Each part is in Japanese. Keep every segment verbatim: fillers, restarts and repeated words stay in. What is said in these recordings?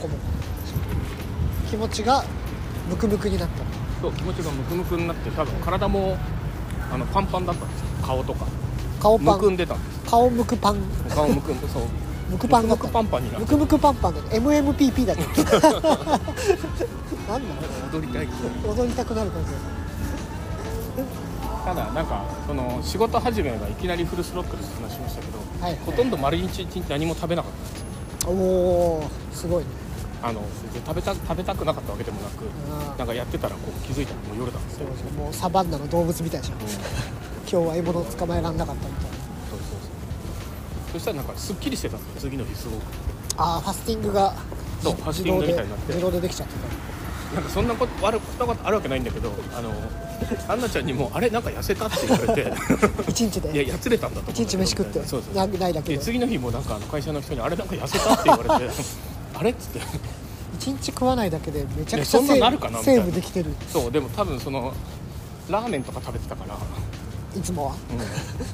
こも気持ちがムクムクになった。 そう気持ちがムクムクになって多分体もあのパンパンだったんですよ。顔とか顔パンむくんでたんです。 顔むくパン顔むくんそうむくパンだった。 むくパンパンになってむくむくパンパンだね。 エムエムピーピー だっけなんだ踊りたい踊りたくなる感じ。 ただなんかその仕事始めがいきなりフルスロットルって話しましたけど、はいはい、ほとんど丸一日何も食べなかったんですよ。 おーすごいね。 あの食べた食べたくなかったわけでもなく、なんかやってたらこう気づいたらもう夜だんですよ。 そうそうもうサバンナの動物みたいじゃん、うん、今日は獲物を捕まえられなかったみたいな。 そうそうそうそしたらなんかすっきりしてたんですよ次の日すごく。 ああファスティングがそうファスティングみたいになって自動でできちゃってた。 なんかそんなことあることあるわけないんだけど、あのアンナちゃんにもあれなんか痩せたって言われて一日でいややつれたんだと思う。 一日飯食ってそうそうないだけで次の日もなんかあの会社の人にあれなんか痩せたって言われてあれっつって一日食わないだけでめちゃくちゃそんななるかなみたいな。 セーブできてる。 そうでも多分そのラーメンとか食べてたからいつもは、うん、だ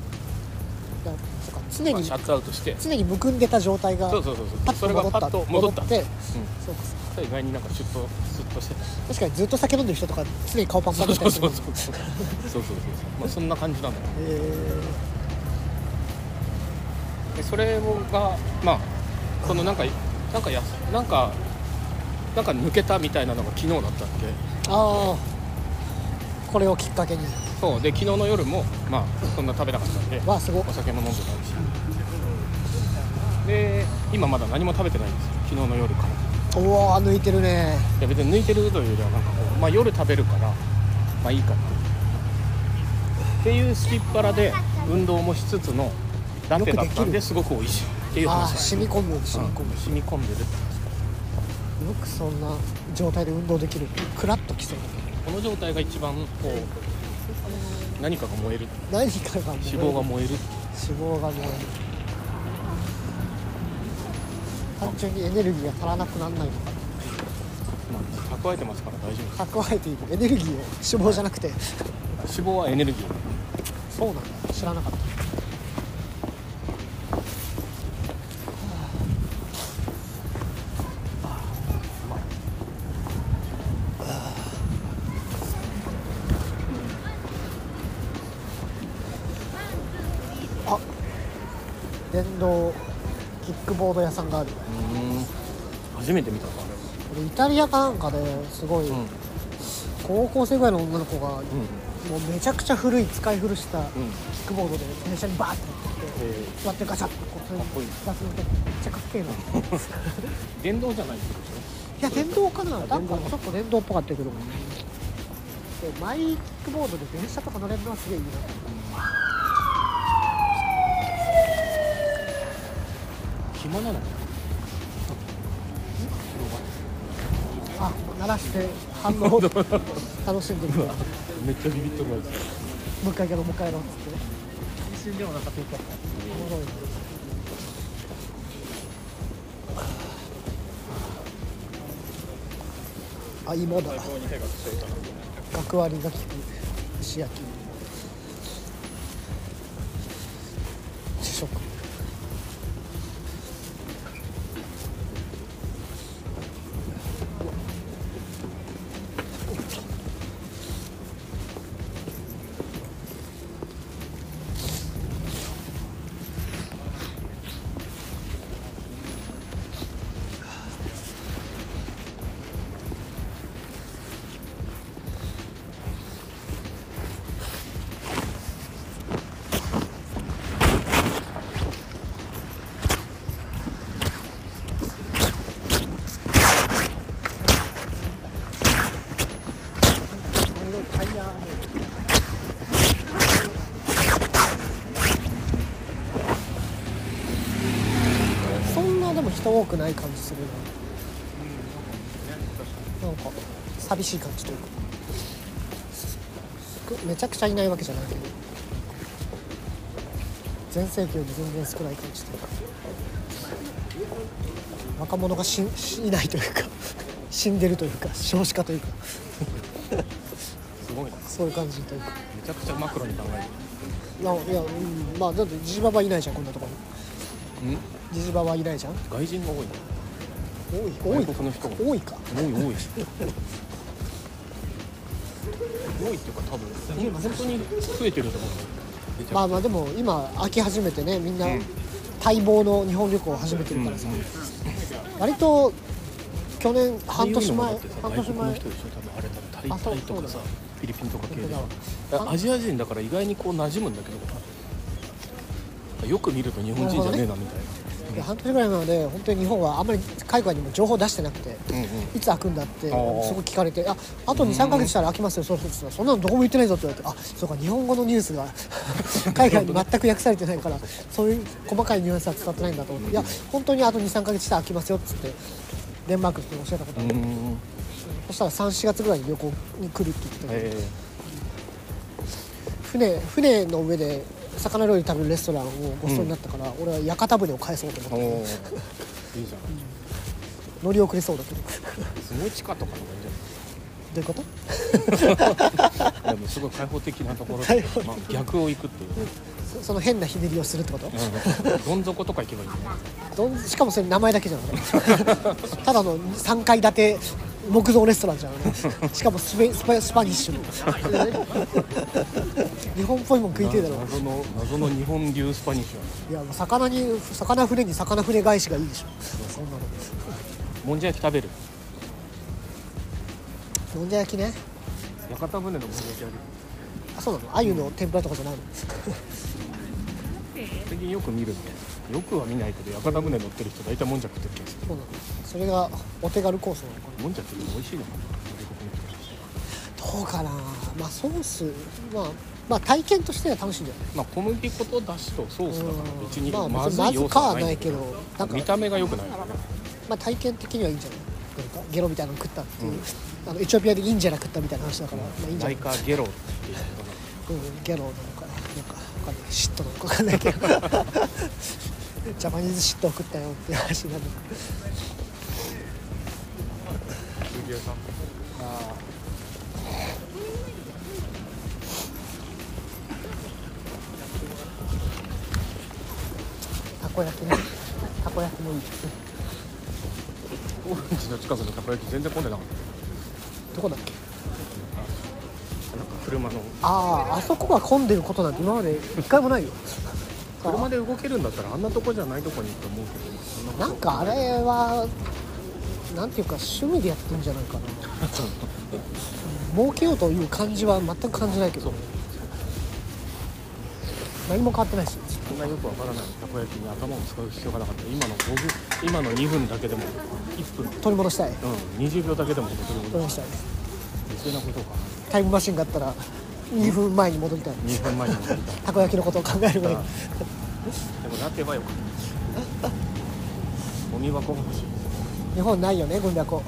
そうか常に、 まあ、シャットアウトして常にむくんでた状態がそうそうそうそうパッと戻った。 それがパッと戻った。 戻って、うん、 そうかそう意外になんかシュッとスッとしてた。 確かにずっと酒飲んでる人とか常に顔パンパンだったりする。 そうそうそうそうそうそうそうまあそんな感じなんだよ。 えー、でそれがまあこのなんかなんかやなんかなんか抜けたみたいなのが昨日だったっけ。 ああこれをきっかけに。 そうで昨日の夜もまあそんな食べなかったんで、 わあすごい。 お酒も飲んでないしで今まだ何も食べてないんですよ昨日の夜から。 おお抜いてるね。 いや別に抜いてるというよりはなんかこう、まあ、夜食べるからまあいいかっていうスキッパラで運動もしつつのラテだったんですごく美味しいっていう話。 ああ染み込む染み込む、 うん、染み込んでる。 よくそんな状態で運動できる。クラッときそう。 この状態が一番こう何かが燃える。 何かが燃える。 脂肪が燃える。 脂肪が燃える。単純にエネルギーが足らなくならないのかな。 まあ、蓄えてますから大丈夫。 蓄えているエネルギーを脂肪じゃなくて脂肪はエネルギー。 そうなんだ知らなかった。あ電動キックボード屋さんがある。 うーん初めて見たかあれ。 イタリアかなんかですごい、うん、高校生ぐらいの女の子が、うん、もうめちゃくちゃ古い使い古したキックボードで電車にバーって乗ってきて、うん、座ってガチャッとこう普通に出すのでめっちゃかっけえな電動じゃないってことでしょ。いや電動かな。なんかちょっと電動っぽかったけど、うん、でマイキックボードで電車とか乗れるのはすげえいいな。 暇なの？ あ、鳴らして反応を楽しんでるめっちゃビビっとるわけです。 もう一回やろうもう一回やろうっつって一瞬でもなんかピッとおもろい。あ、芋だ。学割が効く石焼き主食。そんなでも人多くない感じするな。なんか寂しい感じというかめちゃくちゃいないわけじゃないけど全盛期より全然少ない感じというか若者がしいないというか死んでるというか少子化というかすごいな。 そういう感じというかめちゃくちゃマクロに考える。 いや、うん、まあだってジジババいないじゃんこんなところに。 ん？ ジジババいないじゃん。 外人が多いな。 多い外国の人が多いか多い多い多いっていうか多分本当に増えてると思う。 まあまあでも今飽き始めてねみんなうん待望の日本旅行を始めてるからさ、 うんうん割と去年半年前半半年前年前の人でしょ多分あれタイあそうタイとかさそうフィリピンとか系で本当だわアジア人だから意外にこう馴染むんだけどよく見ると日本人じゃねえなみたいで半年ぐらい前まで本当に日本はあんまり海外にも情報出してなくて、 な、うんうん、 いつ開くんだってすあーごい聞かれて、ああとにさんかげつしたら開きますよ、そうそうそう、そんなのどこも言ってないぞって言われて、あそうか日本語のニュースが海外に全く訳されてないからそういう細かいニュアンスは伝わってないんだと思って、いや本当にあとにさんかげつしたら開きますよっつってデンマークって教えたことあって、 うんそしたらさんしがつぐらいに旅行に来るって言ってたけど、 え船船の上で魚料理食べるレストランをごちそうになったから、俺は屋形船を返そうとー、 思っておーいいじゃん乗り遅れそうだけどすごい地下とかのがいいんじゃないどういうことでもすごい開放的なところ開放的で、まあ、逆を行くっていう、 そその変なひねりをするってこと、 うん、どん底とか行けばいいんだよねどんしかもそれ名前だけじゃんただのさんかい建て木造レストランじゃんしかもスペスパスパニッシュの日本っぽいもん食いてえだろ。 謎の謎の日本流スパニッシュいやもう魚に魚船に魚船返しがいいでしょそんなの。 もんじゃ焼き食べるもんじゃ焼きね。 屋形船のもんじゃ焼きあるあそうなの、鮎の天ぷらとかじゃないの。 最近よく見るんでよくは見ないけど屋形船乗ってる人大体もんじゃ食ってる気がする。 そうなの、それがお手軽コースなのかな。 もんじゃって美味しいのかなどうかな。まあソース、まあまあ体験としては楽しいんじゃない。 まあ小麦粉とだしとソースだから別にまあまずまずかい要素はなはないいけど、なんか見た目が良くないよね。 まあ体験的にはいいんじゃない。なんかゲロみたいなの食ったっていう、うん、あのエチオピアでインジェラ食ったみたいな話だから、まあいいんじゃライない。 カーゲロっていうのかうん、ゲロなのかなんかわかんない、シットなのかわかんないけどジャパニーズシットを食ったよっていう話になる。 な杉江さんあたこ焼きね。たこ焼きもいい。 高円寺の近くのたこ焼き全然混んでなかった。 どこだっけ。 なんか車のああ、あそこが混んでることなんて今まで一回もないよ。 車で動けるんだったらあんなとこじゃないとこにと思うけど、そんなことなんかあれはなんていうか趣味でやってるんじゃないかな儲けようという感じは全く感じないけど何も変わってないし、 そんなよくわからないたこ焼きに頭を使う必要がなかった。今のごふん今のにふんだけでもいっぷん、うん、 取り戻したいにじゅうびょうだけでも取り取り戻す戻したいそうなことか。 タイムマシンがあったらにふんまえに戻りたい。 にふんまえに戻りたいたこ焼きのことを考える前にあでもなけばよかったゴミ箱が欲しい。 日本ないよねゴミ箱。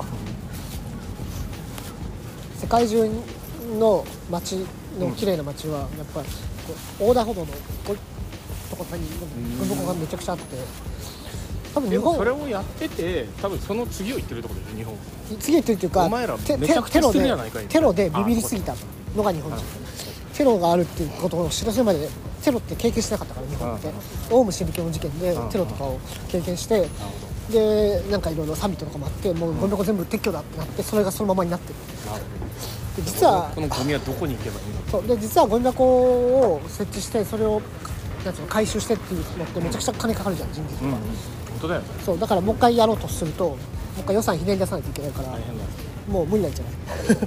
世界中の街の綺麗な街はやっぱりこう横断歩道のこうところにゴミ箱がめちゃくちゃあって、多分日でもそれ本をやってて多分その次を言ってるところで日本次言ってるっていうかお前らテめちゃくちゃテロで好きじゃないかいテロでビビりすぎたのが日本あ人。テロがあるっていうことを知らせるまでテロって経験しなかったから日本ってあオウム真理教の事件であテロとかを経験してなるほでなんかいろいろサミットとかもあってもうゴミ箱全部撤去だってなってそれがそのままになってる。 どなるで実はこのゴミはどこに行けばいいのか。 そうで実はゴミ箱を設置してそれをなんていうの回収してっていうのってめちゃくちゃ金かかるじゃん人件費うん、 が、 うん、本当だよね。 そうだからもう一回やろうとするともう一回予算ひねり出さないといけないから大変だよ。 もう無理なんじゃない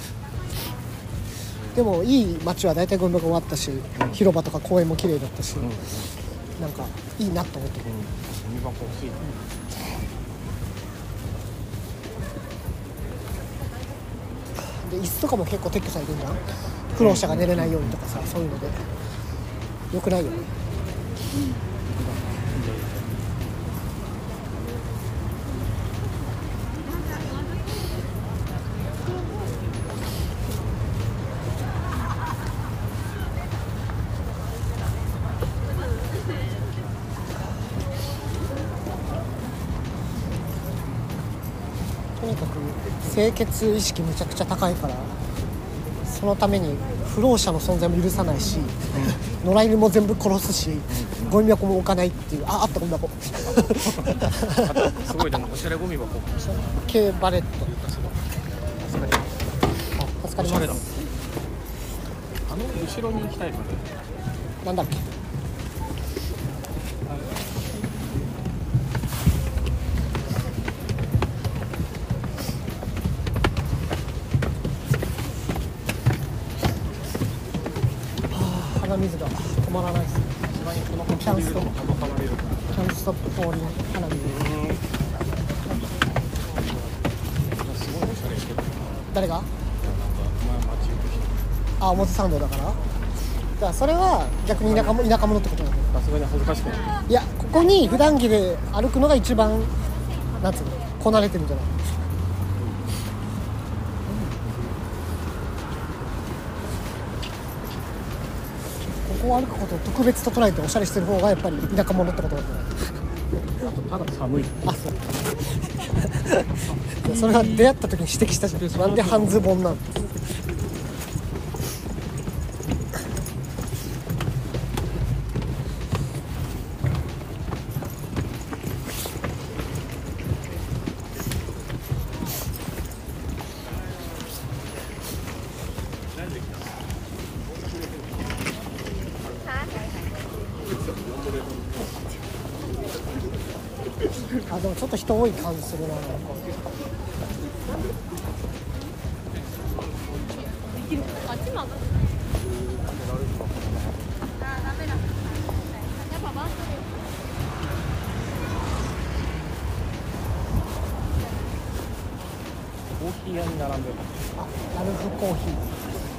でもいい街は大体ゴミ箱もあったし、うん、広場とか公園も綺麗だったし、うんうん、なんかいいなと思ってる、 うん、ゴミ箱欲しい、うんで椅子とかも結構撤去されてるじゃん。苦労者が寝れないようにとかさ、そういうのでよくないよね、とにかく清潔意識めちゃくちゃ高いからそのために不老者の存在も許さないし、 野良犬も全部殺すし、うん、ゴミ箱も置かないっていう。ああったゴミ箱すごいでもおしゃれゴミ箱 K バレット。あ、助かります。 あの後ろに行きたいから。 なんだっけ。鼻水が止まらないですね。キャンストップキャンストップフォーリン鼻水。 すごいおしゃれしてる。 誰が？ なんか前街行く人。 あ、表参道だから。だからそれは逆に田舎も田舎者ってことだね。 さすがに恥ずかしくない。 いや、ここに普段着で歩くのが一番なんつうの、こなれてるんじゃない。ここを歩くことを特別と捉えておしゃれしてる方がやっぱり田舎者ってことだね。 ただ寒い。 あ、そうそれは出会った時に指摘したじゃん。なんで半ズボンなの。あ、でもちょっと人多い感じするな。なんかあっちも上がる。 コーヒー屋に並んでる。 あ、ラルフコーヒー。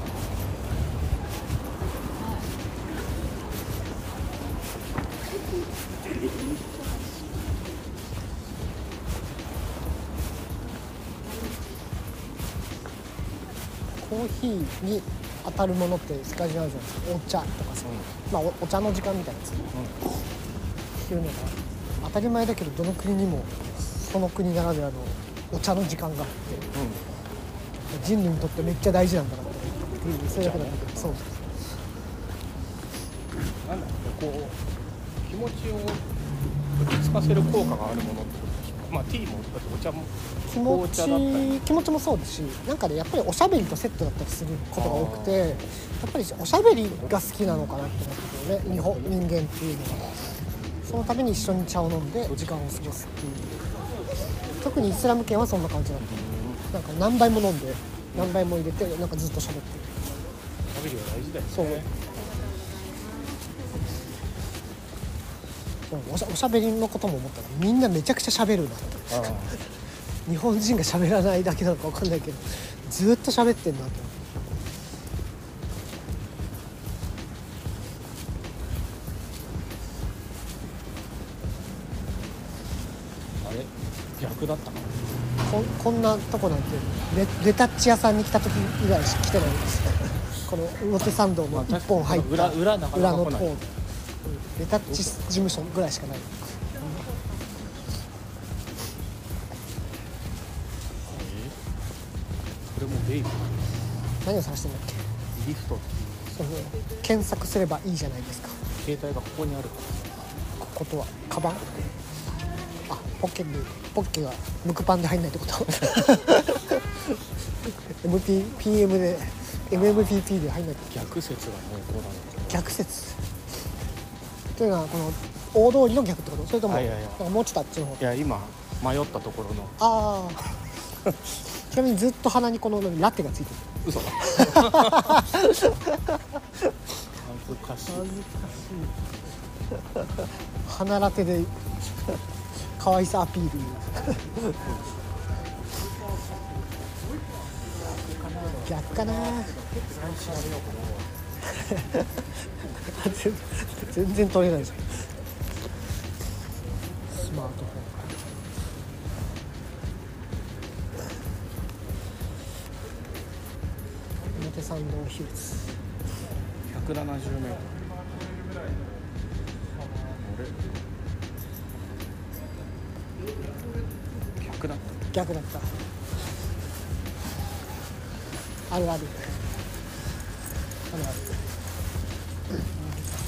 コーヒーに当たるものって世界中あるじゃないですか。お茶とかさ、うん、まあ お, お茶の時間みたいなやつ、うん、っていうのが当たり前だけど、どの国にもその国ならではのお茶の時間があって、うん、人類にとってめっちゃ大事なんだなっていう、そういうわけなんだけど、そうなんだろう、こう気持ちを落ち着かせる効果があるものってことでしょ。まあティーもお茶も気持ち気持ちもそうですし、なんかね、やっぱりおしゃべりとセットだったりすることが多くて、やっぱりおしゃべりが好きなのかなって思っててね、日本人間っていうのがそのために一緒に茶を飲んで時間を過ごすっていう。特にイスラム圏はそんな感じなんで、なんか何杯も飲んで何杯も入れて、なんかずっとしゃべってる。 おしゃべりは大事だよね。 そうおしゃ、おしゃべりのことも思ったら、みんなめちゃくちゃしゃべるなって。日本人がしゃべらないだけなのか分かんないけど、ずっと喋ってんなって。 あれ逆だったかな。 こ, こんなとこなんて レ, レタッチ屋さんに来た時以外しか来てないですこの表参道の一本入った裏, 裏, 裏, 裏の方で、レタッチ事務所ぐらいしかない。 これもベイブ。 何を探してんだっけ。 リフトっていう。 そう検索すればいいじゃないですか。 携帯がここにあるから。 こことはカバン。あ、ポッケにポッケがムクパンで入んないってことエムピーピーエム で エムエムピーピー で入んないって。 逆説が濃厚だね。 逆説というのはこの大通りの逆ってこと。それとも、 いやいやなんかもうちょっとあっちの方。 いや今迷ったところの。 ああちなみにずっと鼻にこのラテがついてる。 嘘だ恥ずかしい。 恥ずかしい鼻ラテで可愛さアピール逆かな全然取れないじゃん。スマートフォン表参道ヒルズひゃくななじゅうメートル。逆だった。 逆だった。あるあるあるある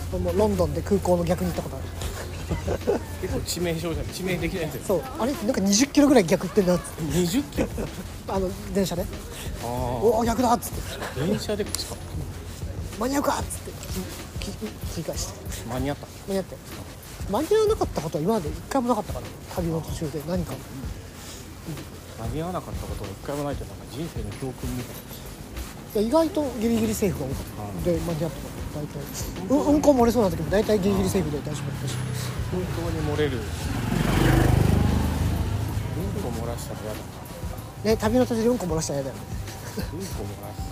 もうロンドンで空港の逆に行ったことある。 結構致命傷じゃん。致命的なやつ。 そうあれなんかにじゅっキロぐらい逆行ってんなっつって、 にじゅっキロ。 あの電車であおお逆だっつってあ。電車でしかも間に合うかっつってきき切り返して間に合った。 間に合って間に合わなかったことは今まで一回もなかったから、旅の途中で何か間に合わなかったことは一回もないけど、なんか人生の教訓みたいな。 いや意外とギリギリセーフが多かったで間に合ったから大体ううんこ漏れそうな時も大体ギリギリセーフで大丈夫だったし、 本当に漏れる。うんこ漏らしたら嫌だな。 ね、旅の途中でうんこ漏らしたら嫌だよね。 うんこ漏らす。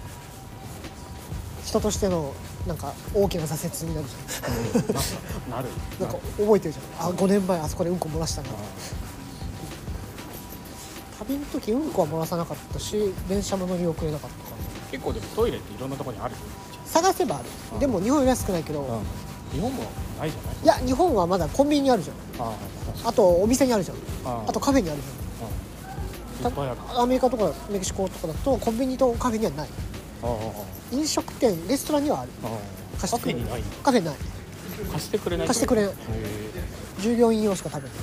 人としてのなんか大きな挫折になるじうん、ななる。 ゃんなんか覚えてるじゃん、あごねんまえあそこでうんこ漏らしたな。旅の時うんこは漏らさなかったし電車も乗り遅れなかったから結構でもトイレっていろんなところにあるよ。 探せばある、 うんでも日本より安くないけど、 うん、日本もないじゃない。 いや日本はまだコンビニにあるじゃん、 ああ、 あとお店にあるじゃん、 ああとカフェにあるじゃん。 いっぱいある。 アメリカとかメキシコとかだとコンビニとカフェにはない。 ああ、 飲食店レストランにはある。 ああ、 貸してくれるカフェにない。 カフェない貸してくれない。 貸してくれないへ従業員用しか食べない。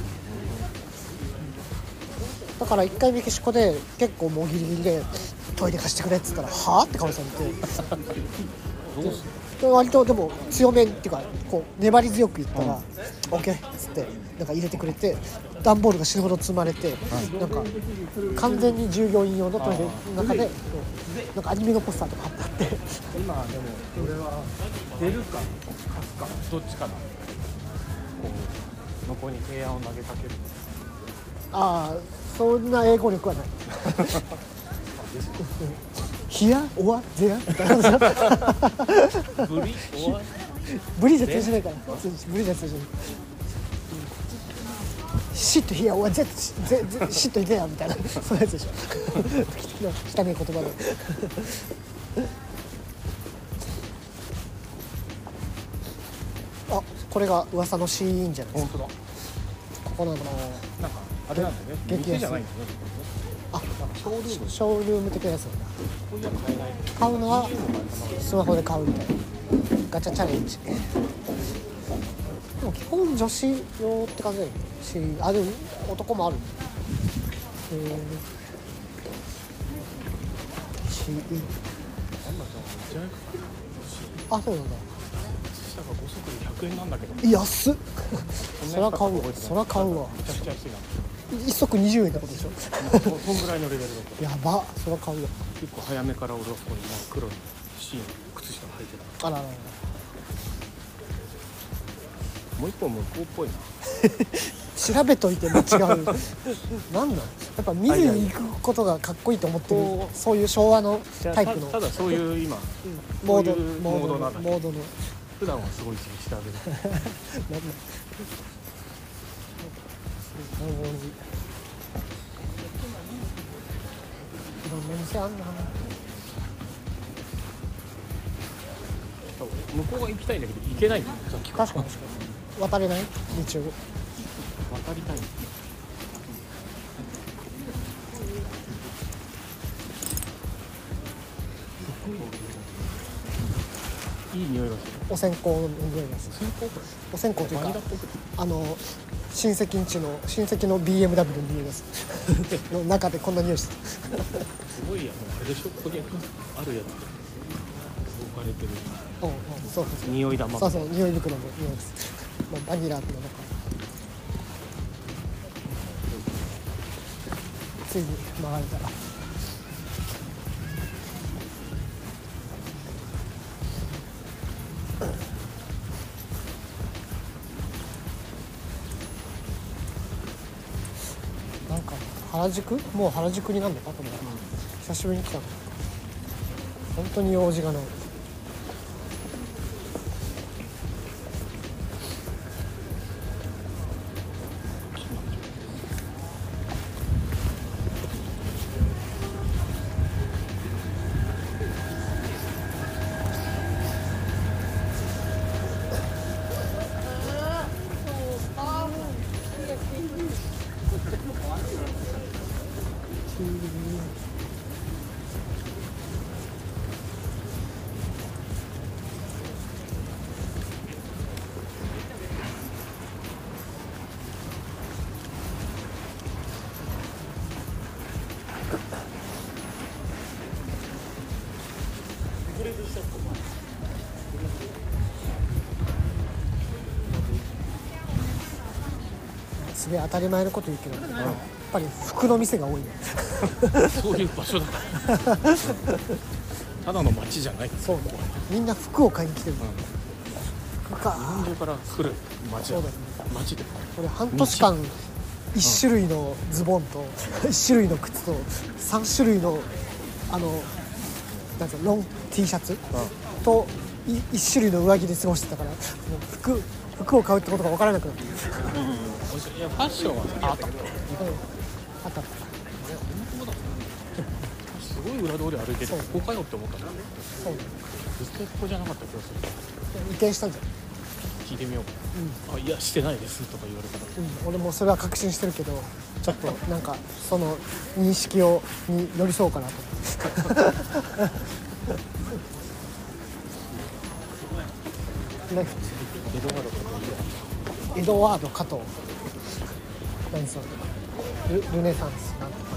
だから一回メキシコで結構もうギリギリでトイレ貸してくれっつったらはぁって顔されてえ。どうする。 で割とでも強めっていうかこう粘り強く言ったら、オッケーっつってなんか入れてくれて段ボールが死ぬほど積まれて、なんか完全に従業員用のトイレの中でこうなんかアニメのポスターとか貼ってあって今でもこれは出るか貸すかどっちかな。こう向こうに提案を投げかける。 ああそんな英語力はないヒアオアゼアみたいなブリ終わブリじゃ通じないからブリじゃ通じないシットヒアオアゼゼゼシットゼアみたいなそういうやつでしょ汚い言葉であこれが噂のシーインじゃないですか。 本当だ。 ここなのなんかあれなんだよね。 激安店じゃないんだよね。 あなんかショールーム。 ショールーム的なやつなんだ。 こういうの買えない。 買うのはスマホで買うみたいなガチャチャレンジ。でも基本女子用って感じだよし、あでも男もある。えー、シーインなんだじゃああそうなんだ。 靴下がご足でひゃくえんなんだけど。 安っそら買うわそら買うわ。 めちゃくちゃ安いな。 一足にじゅうえんってことでしょそんぐらいのレベルだと。 やばそら買うわ。 結構早めから俺はここに真っ黒いシーンの靴下履いてた。 あららららもう一本向こうっぽいな。 調べといても違うなんなんやっぱ見ずに行くことがかっこいいと思ってる、そういう昭和のタイプのただそういう今モードそういうモードなんだ。 モードの普段はすごい調べる。 なんだいろんな店あんな。 向こうが行きたいんだけど行けないんだよ。さっきから確かに確かに渡れない道を。 渡りたい。いい匂いがする。 お線香の匂いがする。お線香というかバニラっぽくあの親戚んちの親戚の ビーエムダブリュー の匂いがするの中でこんな匂いしてる。 すごいやもうあれでしょ。ここにあるやつ置かれてるうんうんそうそうそう匂い玉。 そうそう匂い袋の匂いです。まあバニラの中ついに曲がれたら。なんか原宿もう原宿になるのかと思う、うん、久しぶりに来たの。本当に用事がない。 すげえ当たり前のこと言うけど、うん、やっぱり服の店が多いねそういう場所だからただの街じゃない。 そうだ、みんな服を買いに来てる、うん、服か日本中から来る街だ、ね、街で俺半年間いち種類のズボンといち種類の靴とさん種類のあのなんかロン T シャツ、うん、といいち種類の上着で過ごしてたから、もう 服, 服を買うってことが分からなくなって、 うんうん、いやファッションはあった、うん、あったすごい裏通り歩いてて、ここかよって思ったんだけど、 そう絶対ここじゃなかった気がする。 移転したんじゃん。 聞いてみようか、うん、あいやしてないですとか言われたら、 うん、俺もそれは確信してるけど、ちょっとなんかその認識をに寄り添おうかなと思ってね、エドワード加藤何それ ル, ルネサンスなんて